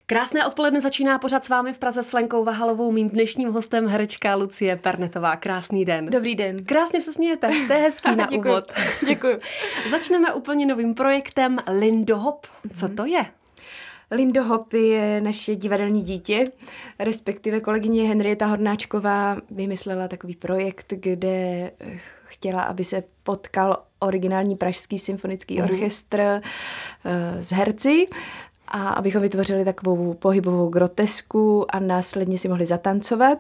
Krásné odpoledne začíná pořad s vámi v Praze s Lenkou Vahalovou. Mým dnešním hostem herečka Lucie Pernetová. Krásný den. Dobrý den. Krásně se smějete, to je hezký na úvod. Děkuji. Začneme úplně novým projektem Lindo Hop. Co to je? Lindo Hop je naše divadelní dítě, respektive kolegyně Henrieta Hornáčková vymyslela takový projekt, kde chtěla, aby se potkal originální pražský symfonický orchestr s herci a abychom vytvořili takovou pohybovou grotesku a následně si mohli zatancovat.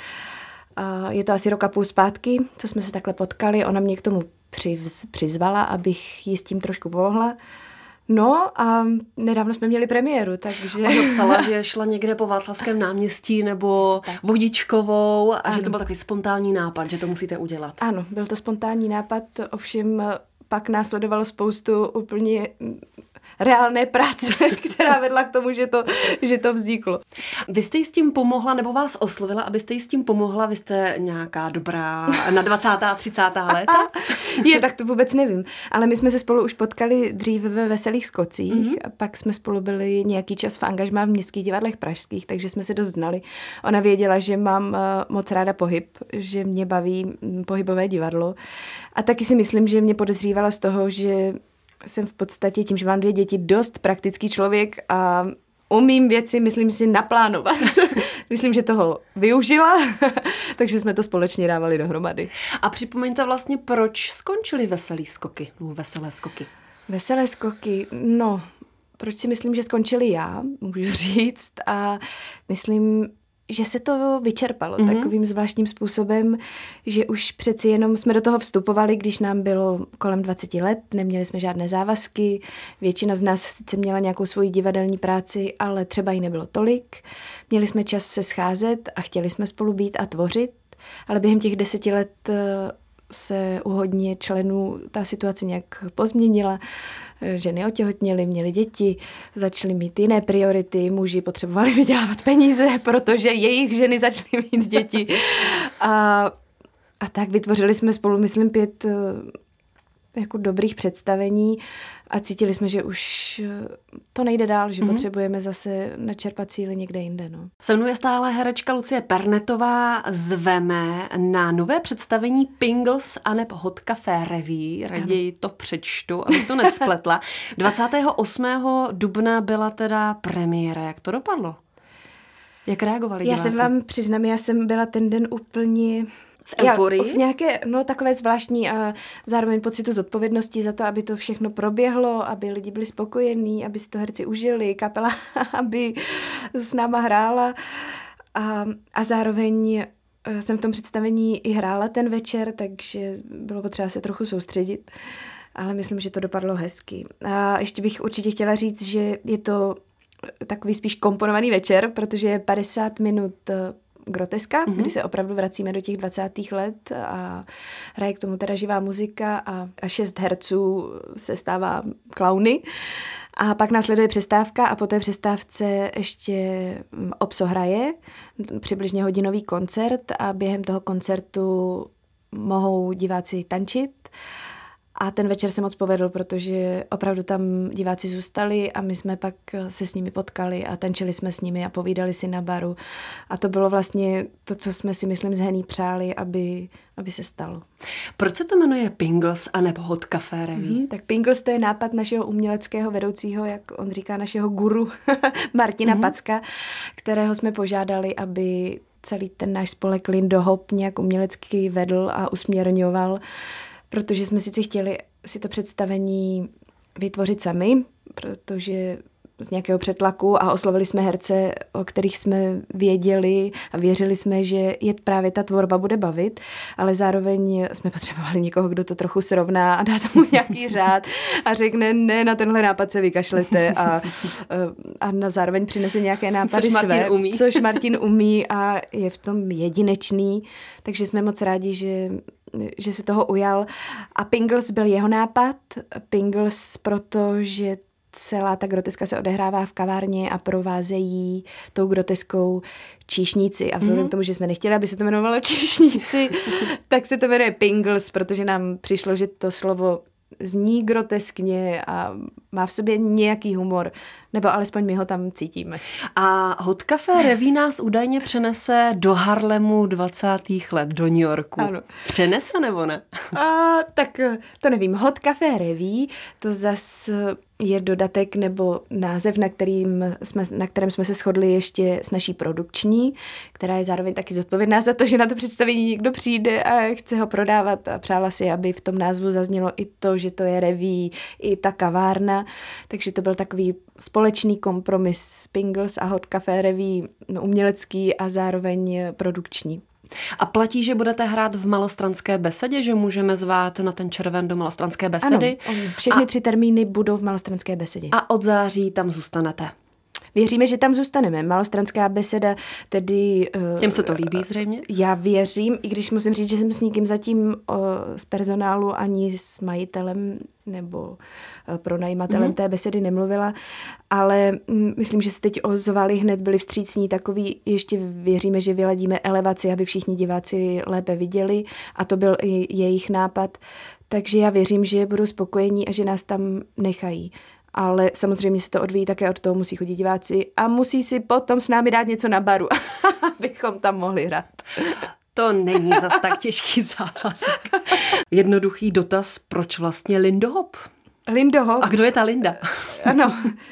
Je to asi 1,5 roku zpátky, co jsme se takhle potkali. Ona mě k tomu přizvala, abych jí s tím trošku pomohla. No a nedávno jsme měli premiéru, takže... Ona psala, že šla někde po Václavském náměstí nebo Vodičkovou a že to byl takový spontánní nápad, že to musíte udělat. Ano, byl to spontánní nápad, ovšem pak následovalo spoustu úplně reálné práce, která vedla k tomu, že to vzniklo. Vy jste jí s tím pomohla, nebo vás oslovila, abyste jí s tím pomohla? Vy jste nějaká dobrá na 20. a 30. léta? Tak to vůbec nevím. Ale my jsme se spolu už potkali dříve ve Veselých skocích, a pak jsme spolu byli nějaký čas v angažmá v městských divadlech pražských, takže jsme se dost znali. Ona věděla, že mám moc ráda pohyb, že mě baví pohybové divadlo. A taky si myslím, že mě podezřívala z toho, že jsem v podstatě tím, že mám 2 děti, dost praktický člověk a umím věci, myslím si, naplánovat. Myslím, že toho využila, takže jsme to společně dávali dohromady. A připomeňte vlastně, proč skončily Veselý skoky, nebo Veselé skoky? Veselé skoky, proč si myslím, že skončily já, můžu říct, a myslím, že se to vyčerpalo takovým zvláštním způsobem, že už přeci jenom jsme do toho vstupovali, když nám bylo kolem 20 let, neměli jsme žádné závazky, většina z nás sice měla nějakou svoji divadelní práci, ale třeba jí nebylo tolik. Měli jsme čas se scházet a chtěli jsme spolu být a tvořit, ale během těch 10 let se u hodně členů ta situace nějak pozměnila. Ženy otěhotněly, měly děti, začaly mít jiné priority, muži potřebovali vydělávat peníze, protože jejich ženy začaly mít děti. A tak vytvořili jsme spolu, myslím, 5 jako dobrých představení a cítili jsme, že už to nejde dál, že potřebujeme zase načerpat síly někde jinde. No. Se mnou je stále herečka Lucie Pernetová. Zveme na nové představení Pingles aneb Hot Café Revue. Raději to přečtu, abych to nespletla. 28. dubna byla teda premiéra. Jak to dopadlo? Jak reagovali diváci? Já se vám přiznám, já jsem byla ten den úplně... V euforii? V nějaké, takové zvláštní a zároveň pocitu zodpovědnosti za to, aby to všechno proběhlo, aby lidi byli spokojení, aby si to herci užili, kapela, aby s náma hrála. A zároveň jsem v tom představení i hrála ten večer, takže bylo potřeba se trochu soustředit. Ale myslím, že to dopadlo hezky. A ještě bych určitě chtěla říct, že je to takový spíš komponovaný večer, protože je 50 minut groteska, kdy se opravdu vracíme do těch 20. let a hraje k tomu teda živá muzika a 6 herců se stává klauny. A pak následuje přestávka a po té přestávce ještě OPSO hraje, přibližně hodinový koncert a během toho koncertu mohou diváci tančit. A ten večer se moc povedl, protože opravdu tam diváci zůstali a my jsme pak se s nimi potkali a tančili jsme s nimi a povídali si na baru. A to bylo vlastně to, co jsme si, myslím, s Henny přáli, aby se stalo. Proč se to jmenuje Pingles a nebo Hot Café Revue? Tak Pingles to je nápad našeho uměleckého vedoucího, jak on říká, našeho guru Martina Packa, kterého jsme požádali, aby celý ten náš spolek Lindo Hop nějak umělecky vedl a usměrňoval, protože jsme sice chtěli si to představení vytvořit sami, protože z nějakého přetlaku a oslovili jsme herce, o kterých jsme věděli a věřili jsme, že je právě ta tvorba bude bavit, ale zároveň jsme potřebovali někoho, kdo to trochu srovná a dá tomu nějaký řád a řekne, ne, na tenhle nápad se vykašlete a zároveň přinese nějaké nápady své, což Martin umí a je v tom jedinečný, takže jsme moc rádi, že se toho ujal. A Pingles byl jeho nápad. Pingles, protože celá ta groteska se odehrává v kavárně a provázejí tou groteskou číšníci. A vzhledem k tomu, že jsme nechtěli, aby se to jmenovalo číšníci, tak se to jmenuje Pingles, protože nám přišlo, že to slovo zní groteskně a má v sobě nějaký humor. Nebo alespoň my ho tam cítíme. A Hot Café Revue nás údajně přenese do Harlemu 20. let, do New Yorku. Ano. Přenese nebo ne? Tak to nevím. Hot Café Revue, to zas je dodatek nebo název, na kterém jsme se shodli ještě s naší produkční, která je zároveň taky zodpovědná za to, že na to představení někdo přijde a chce ho prodávat a přála si, aby v tom názvu zaznělo i to, že to je Revue, i ta kavárna. Takže to byl takový společný kompromis Pingles a Hot Café Revue, umělecký a zároveň produkční. A platí, že budete hrát v Malostranské besedě, že můžeme zvát na ten červen do Malostranské besedy? Ano, všechny 3 termíny budou v Malostranské besedě. A od září tam zůstanete? Věříme, že tam zůstaneme. Malostranská beseda, tedy... Těm se to líbí zřejmě? Já věřím, i když musím říct, že jsem s nikým zatím z personálu ani s majitelem nebo pronajímatelem té besedy nemluvila, ale myslím, že se teď ozvali hned, byli vstřícní takový, ještě věříme, že vyladíme elevaci, aby všichni diváci lépe viděli a to byl i jejich nápad. Takže já věřím, že budou spokojení a že nás tam nechají. Ale samozřejmě se to odvíjí také od toho, musí chodit diváci a musí si potom s námi dát něco na baru, abychom tam mohli hrát. To není zas tak těžký závazek. Jednoduchý dotaz, proč vlastně Lindohop? Lindohop? A kdo je ta Linda? Ano,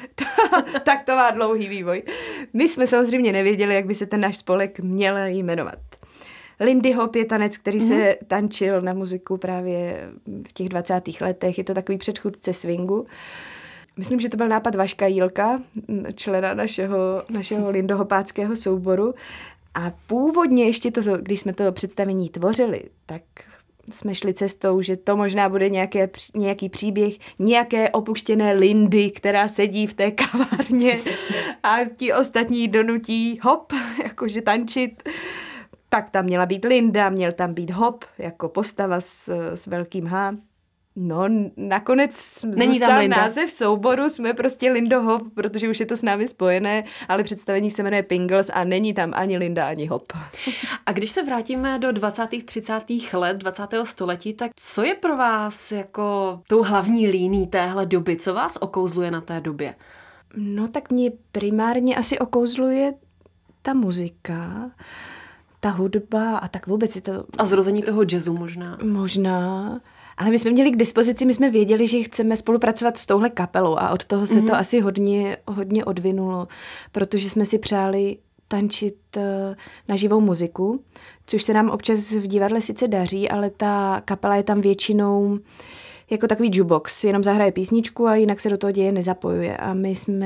tak to má dlouhý vývoj. My jsme samozřejmě nevěděli, jak by se ten náš spolek měl jmenovat. Lindy Hop je tanec, který se tančil na muziku právě v těch 20. letech. Je to takový předchůdce swingu. Myslím, že to byl nápad Vaška Jílka, člena našeho lindohopáckého souboru. A původně ještě to, když jsme to představení tvořili, tak jsme šli cestou, že to možná bude nějaký příběh nějaké opuštěné Lindy, která sedí v té kavárně a ti ostatní donutí hop, jakože tančit. Tak tam měla být Linda, měl tam být Hop, jako postava s velkým H. No, nakonec zůstal název souboru, jsme prostě Lindo Hop, protože už je to s námi spojené, ale představení se jmenuje Pingles a není tam ani Linda, ani Hop. A když se vrátíme do 20. 30. let 20. století, tak co je pro vás jako tou hlavní línií téhle doby? Co vás okouzluje na té době? No tak mě primárně asi okouzluje ta muzika, ta hudba a tak vůbec je to... A zrození toho jazzu možná. Možná. Ale my jsme měli k dispozici, my jsme věděli, že chceme spolupracovat s touhle kapelou a od toho se to asi hodně odvinulo, protože jsme si přáli tančit na živou muziku, což se nám občas v divadle sice daří, ale ta kapela je tam většinou jako takový jukebox, jenom zahraje písničku a jinak se do toho děje nezapojuje. A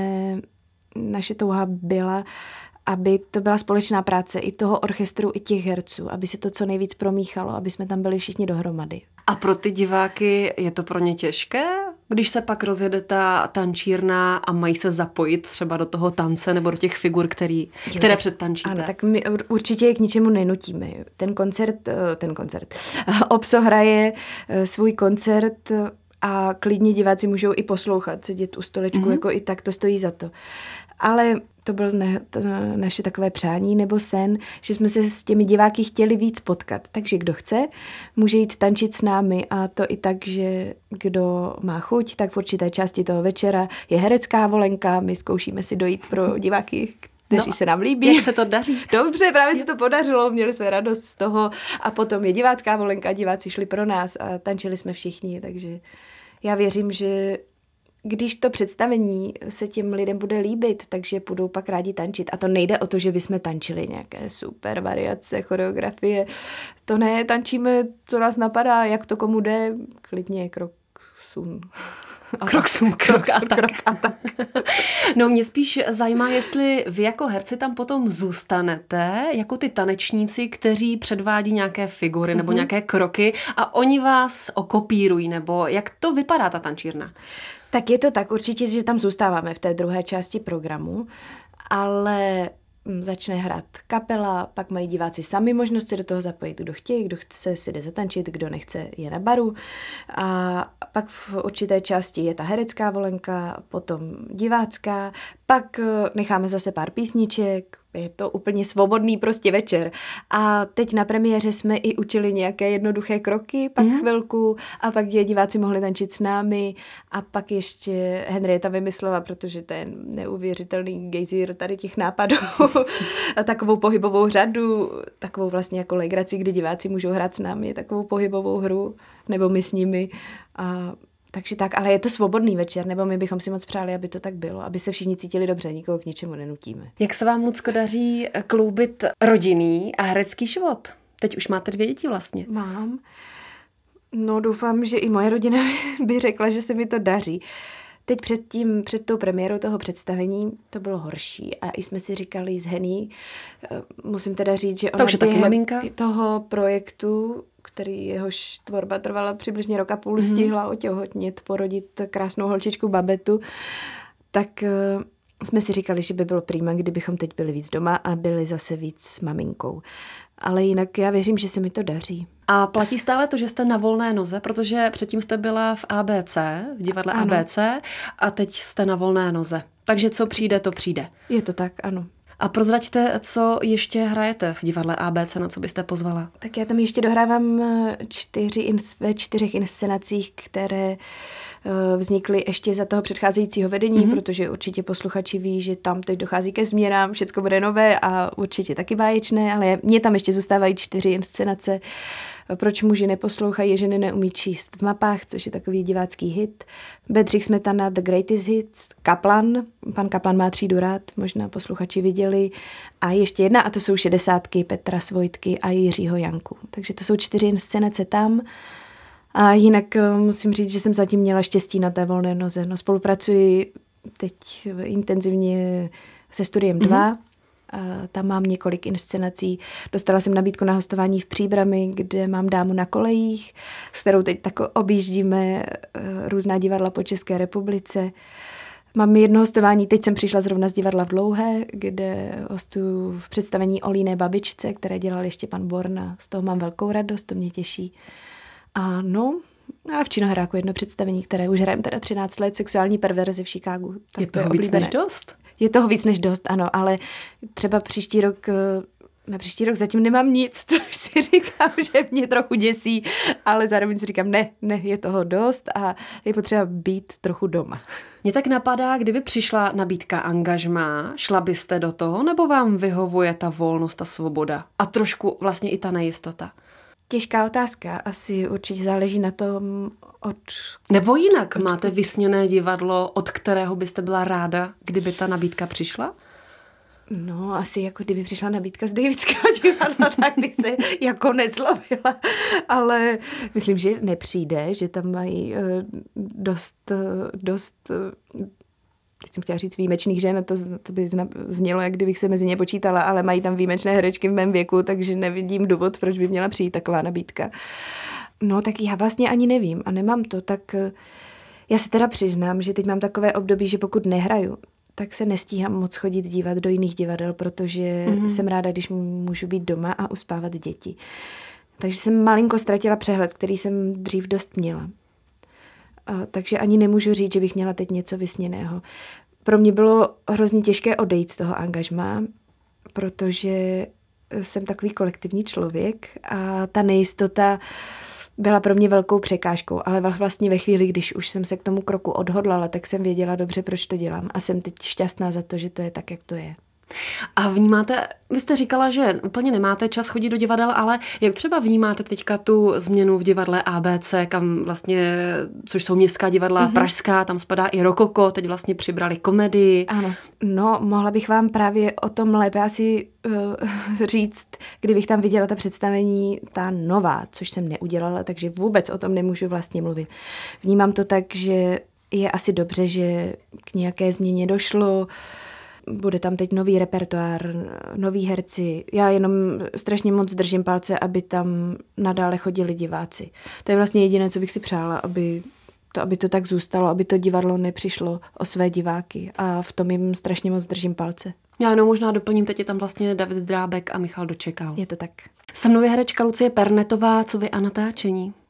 naše touha byla, aby to byla společná práce i toho orchestru, i těch herců, aby se to co nejvíc promíchalo, aby jsme tam byli všichni dohromady. A pro ty diváky je to pro ně těžké, když se pak rozjede ta tančírna a mají se zapojit třeba do toho tance nebo do těch figur, které předtančíte? Ano, tak my určitě je k ničemu nenutíme. Ten koncert. Obso hraje svůj koncert a klidně diváci můžou i poslouchat, sedět u stolečku, jako i tak to stojí za to. Ale to byl naše takové přání nebo sen, že jsme se s těmi diváky chtěli víc potkat. Takže kdo chce, může jít tančit s námi a to i tak, že kdo má chuť, tak v určité části toho večera je herecká volenka, my zkoušíme si dojít pro diváky, kteří se nám líbí. Jak se to daří? Dobře, právě se to podařilo, měli jsme radost z toho a potom je divácká volenka, diváci šli pro nás a tančili jsme všichni, takže já věřím, že když to představení se těm lidem bude líbit, takže budou pak rádi tančit. A to nejde o to, že bychom tančili nějaké super variace, choreografie. To ne, tančíme, co nás napadá, jak to komu jde, klidně krok sun. Krok a tak. No mě spíš zajímá, jestli vy jako herci tam potom zůstanete, jako ty tanečníci, kteří předvádí nějaké figury nebo nějaké kroky a oni vás okopírují, nebo jak to vypadá ta tančírna? Tak je to tak určitě, že tam zůstáváme v té druhé části programu, ale začne hrát kapela, pak mají diváci sami možnost se do toho zapojit, kdo chtějí, kdo chce si jde zatančit, kdo nechce je na baru a pak v určité části je ta herecká volenka, potom divácká, pak necháme zase pár písniček, Je to úplně svobodný prostě večer. A teď na premiéře jsme i učili nějaké jednoduché kroky, pak chvilku a pak diváci mohli tančit s námi a pak ještě Henrieta vymyslela, protože to je neuvěřitelný gejzír tady těch nápadů, a takovou pohybovou řadu, takovou vlastně jako legraci, kdy diváci můžou hrát s námi, takovou pohybovou hru, nebo my s nimi. Takže tak, ale je to svobodný večer, nebo my bychom si moc přáli, aby to tak bylo, aby se všichni cítili dobře, nikoho k ničemu nenutíme. Jak se vám, Lucko, daří kloubit rodinný a herecký život? Teď už máte 2 děti vlastně. Mám. No doufám, že i moje rodina by řekla, že se mi to daří. Teď před tou premiérou toho představení to bylo horší a i jsme si říkali s Henny, musím teda říct, že ona už je taky maminka toho projektu, který jehož tvorba trvala přibližně 1,5 roku, stihla otěhotnět, porodit krásnou holčičku Babetu, tak jsme si říkali, že by bylo prima, kdybychom teď byli víc doma a byli zase víc s maminkou. Ale jinak já věřím, že se mi to daří. A platí stále to, že jste na volné noze, protože předtím jste byla v ABC, v divadle ano. ABC a teď jste na volné noze. Takže co přijde, to přijde. Je to tak, ano. A prozraďte, co ještě hrajete v divadle ABC, na co byste pozvala? Tak já tam ještě dohrávám ve 4 inscenacích, které vznikly ještě za toho předcházejícího vedení, protože určitě posluchači ví, že tam teď dochází ke změnám, všecko bude nové a určitě taky báječné, ale mně tam ještě zůstávají 4 inscenace. Proč muži neposlouchají, ženy neumí číst v mapách, což je takový divácký hit. Bedřich Smetana, The Greatest Hits, Kaplan, pan Kaplan má třídu rád, možná posluchači viděli. A ještě jedna, a to jsou 60 Petra Svojtky a Jiřího Janku. Takže to jsou 4 inscenace tam. A jinak musím říct, že jsem zatím měla štěstí na té volné noze. No, spolupracuji teď intenzivně se Studiem 2. A tam mám několik inscenací. Dostala jsem nabídku na hostování v Příbrami, kde mám Dámu na kolejích, s kterou teď tak objíždíme různá divadla po České republice. Mám jedno hostování, teď jsem přišla zrovna z divadla v Dlouhé, kde hostuju v představení o Líné babičce, které dělal ještě pan Borna. Z toho mám velkou radost, to mě těší. A v Činoheráku jedno představení, které už hrajem teda 13 let, Sexuální perverzi v Chicagu. Je toho víc než dost? Je toho víc než dost, ano, ale třeba na příští rok zatím nemám nic, což si říkám, že mě trochu děsí, ale zároveň si říkám, ne, je toho dost a je potřeba být trochu doma. Mně tak napadá, kdyby přišla nabídka angažmá, šla byste do toho, nebo vám vyhovuje ta volnost a svoboda? A trošku vlastně i ta nejistota? Těžká otázka. Asi určitě záleží na tom, Nebo jinak, máte vysněné divadlo, od kterého byste byla ráda, kdyby ta nabídka přišla? No, asi jako kdyby přišla nabídka z Davidského divadla, tak bych se jako nezlobila. Ale myslím, že nepřijde, že tam mají dost teď jsem chtěla říct výjimečných žen, to by znělo, jak kdybych se mezi ně počítala, ale mají tam výjimečné herečky v mém věku, takže nevidím důvod, proč by měla přijít taková nabídka. No, tak já vlastně ani nevím a nemám to, tak já si teda přiznám, že teď mám takové období, že pokud nehraju, tak se nestíhám moc chodit dívat do jiných divadel, protože jsem ráda, když můžu být doma a uspávat děti. Takže jsem malinko ztratila přehled, který jsem dřív dost měla. Takže ani nemůžu říct, že bych měla teď něco vysněného. Pro mě bylo hrozně těžké odejít z toho angažmá, protože jsem takový kolektivní člověk a ta nejistota byla pro mě velkou překážkou, ale vlastně ve chvíli, když už jsem se k tomu kroku odhodlala, tak jsem věděla dobře, proč to dělám a jsem teď šťastná za to, že to je tak, jak to je. A vnímáte, vy jste říkala, že úplně nemáte čas chodit do divadel, ale jak třeba vnímáte teďka tu změnu v divadle ABC, kam vlastně, což jsou městská divadla pražská, tam spadá i rokoko, teď vlastně přibrali komedii. Ano, no mohla bych vám právě o tom lépe asi říct, kdybych tam viděla ta představení, ta nová, což jsem neudělala, takže vůbec o tom nemůžu vlastně mluvit. Vnímám to tak, že je asi dobře, že k nějaké změně došlo. Bude tam teď nový repertoár, noví herci. Já jenom strašně moc držím palce, aby tam nadále chodili diváci. To je vlastně jediné, co bych si přála, aby to tak zůstalo, aby to divadlo nepřišlo o své diváky. A v tom jim strašně moc držím palce. Já jenom možná doplním, teď je tam vlastně David Drábek a Michal Dočekal. Je to tak. Se mnou je herečka Lucie Pernetová, co vy a natáčení.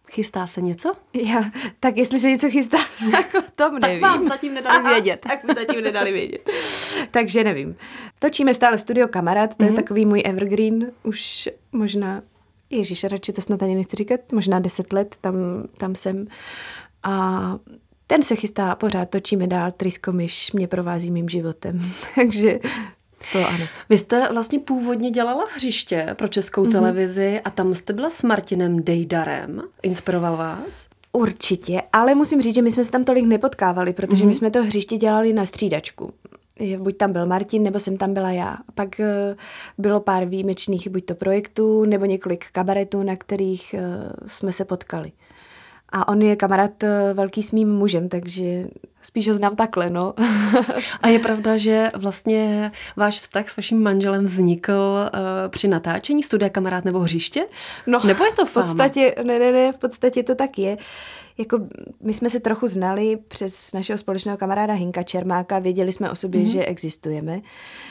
Chystá se něco? Tak jestli se něco chystá, tak o tom nevím. Tak vám zatím nedali vědět. Tak mi zatím nedali vědět. Takže nevím. Točíme stále Studio Kamarád, to je takový můj evergreen, už možná, ježiš, radši to snad ani nechci říkat, možná 10 let tam jsem. A ten se chystá pořád, točíme dál, Trýskomyš mě provází mým životem. Takže to ano. Vy jste vlastně původně dělala Hřiště pro Českou televizi a tam jste byla s Martinem Dejdarem. Inspiroval vás? Určitě, ale musím říct, že my jsme se tam tolik nepotkávali, protože my jsme to Hřiště dělali na střídačku. Buď tam byl Martin, nebo jsem tam byla já. Pak bylo pár výjimečných buď to projektů, nebo několik kabaretů, na kterých jsme se potkali. A on je kamarád velký s mým mužem, takže spíš ho znám takhle, no. A je pravda, že vlastně váš vztah s vaším manželem vznikl při natáčení Studia Kamarád nebo Hřiště? No, nebo je to fáma? V podstatě to tak je. Jako my jsme se trochu znali přes našeho společného kamaráda Hinka Čermáka, věděli jsme o sobě, že existujeme.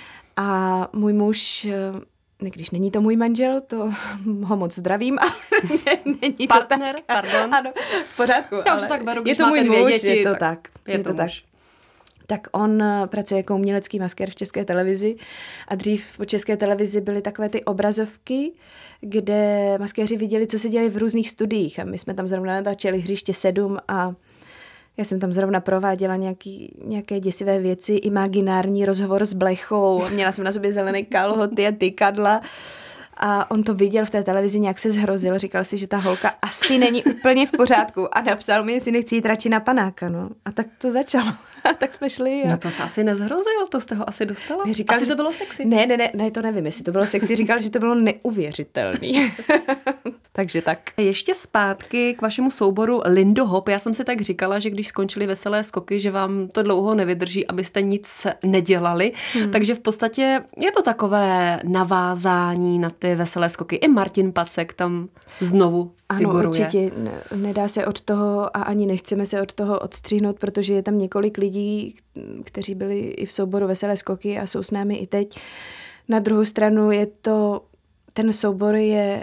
A můj muž, když není to můj manžel, to ho moc zdravím, ale není partner, to tak. Pardon. Ano, v pořádku. Já už to tak beru, je to můj muž, děti, je to tak. Je to tak. Tak on pracuje jako umělecký maskér v České televizi a dřív po České televizi byly takové ty obrazovky, kde maskéři viděli, co se děli v různých studiích a my jsme tam zrovna natáčeli Hřiště 7 a já jsem tam zrovna prováděla nějaké děsivé věci, imaginární rozhovor s blechou, měla jsem na sobě zelené kalhoty a tykadla. A on to viděl v té televizi, nějak se zhrozil, říkal si, že ta holka asi není úplně v pořádku a napsal mi, jestli nechci jít radši na panáka, no. A tak to začalo. A tak jsme šli. No to se asi nezhrozil, to jste ho asi dostala. Říkal, asi to bylo sexy. Ne, to nevím, jestli to bylo sexy, říkal, že to bylo neuvěřitelný. Takže tak. Ještě zpátky k vašemu souboru Lindo Hop. Já jsem si tak říkala, že když skončily Veselé skoky, že vám to dlouho nevydrží, abyste nic nedělali. Takže v podstatě je to takové navázání na ty Veselé skoky. I Martin Pacek tam znovu figuruje. Ano, určitě. Nedá se od toho a ani nechceme se od toho odstřihnout, protože je tam několik lidí, kteří byli i v souboru Veselé skoky a jsou s námi i teď. Na druhou stranu ten soubor je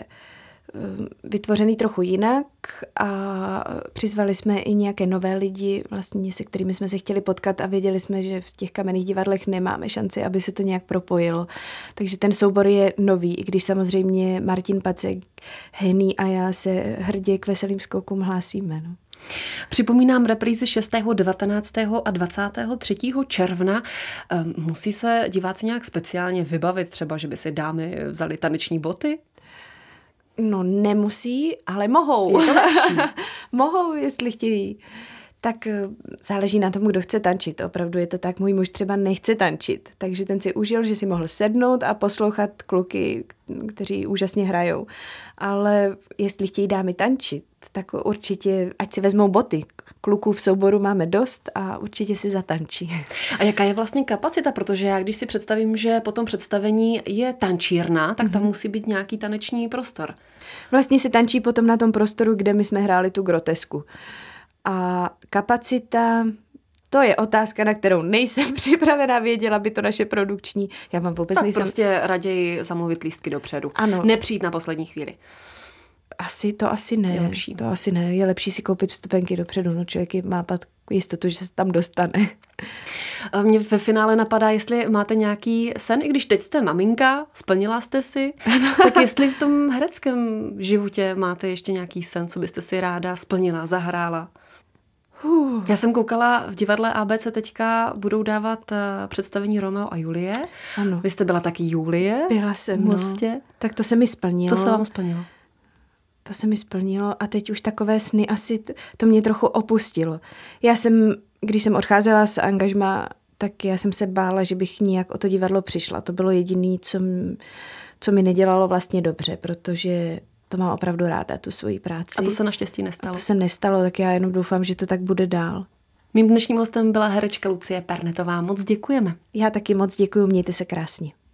vytvořený trochu jinak a přizvali jsme i nějaké nové lidi, vlastně se kterými jsme se chtěli potkat a věděli jsme, že v těch kamenných divadlech nemáme šanci, aby se to nějak propojilo. Takže ten soubor je nový, i když samozřejmě Martin Pacek, Henný a já se hrdě k Veselým skokům hlásíme. No. Připomínám reprízy 6., 19. a 23. června. Musí se diváci nějak speciálně vybavit, třeba, že by si dámy vzali taneční boty? No nemusí, ale mohou. Je to lepší. Mohou, jestli chtějí. Tak záleží na tom, kdo chce tančit. Opravdu je to tak, můj muž třeba nechce tančit, takže ten si užil, že si mohl sednout a poslouchat kluky, kteří úžasně hrajou. Ale jestli chtějí dámy tančit, tak určitě, ať si vezmou boty. Kluků v souboru máme dost a určitě si zatančí. A jaká je vlastně kapacita? Protože já, když si představím, že po tom představení je tančírna, tak tam musí být nějaký taneční prostor. Vlastně se tančí potom na tom prostoru, kde my jsme hráli tu grotesku. A kapacita, to je otázka, na kterou nejsem připravená, věděla by to naše produkční. Já vám vůbec tak nejsem... prostě raději zamluvit lístky dopředu. Ano. Nepřijít na poslední chvíli. To asi ne. Je lepší. To asi ne. Je lepší si koupit vstupenky dopředu. No, člověk má pak jistotu, že se tam dostane. Mě ve finále napadá, jestli máte nějaký sen, i když teď jste maminka, splnila jste si, tak jestli v tom hereckém životě máte ještě nějaký sen, co byste si ráda splnila, zahrála. Já jsem koukala, v divadle ABC teďka budou dávat představení Romeo a Julie. Ano. Vy jste byla taky Julie? Byla jsem, no. Tak to se mi splnilo. To se vám splnilo. To se mi splnilo a teď už takové sny asi to mě trochu opustilo. Když jsem odcházela z angažmá, tak já jsem se bála, že bych nijak o to divadlo přišla. To bylo jediné, co mi nedělalo vlastně dobře, protože to mám opravdu ráda, tu svoji práci. A to se naštěstí nestalo. A to se nestalo, tak já jenom doufám, že to tak bude dál. Mým dnešním hostem byla herečka Lucie Pernetová. Moc děkujeme. Já taky moc děkuju, mějte se krásně.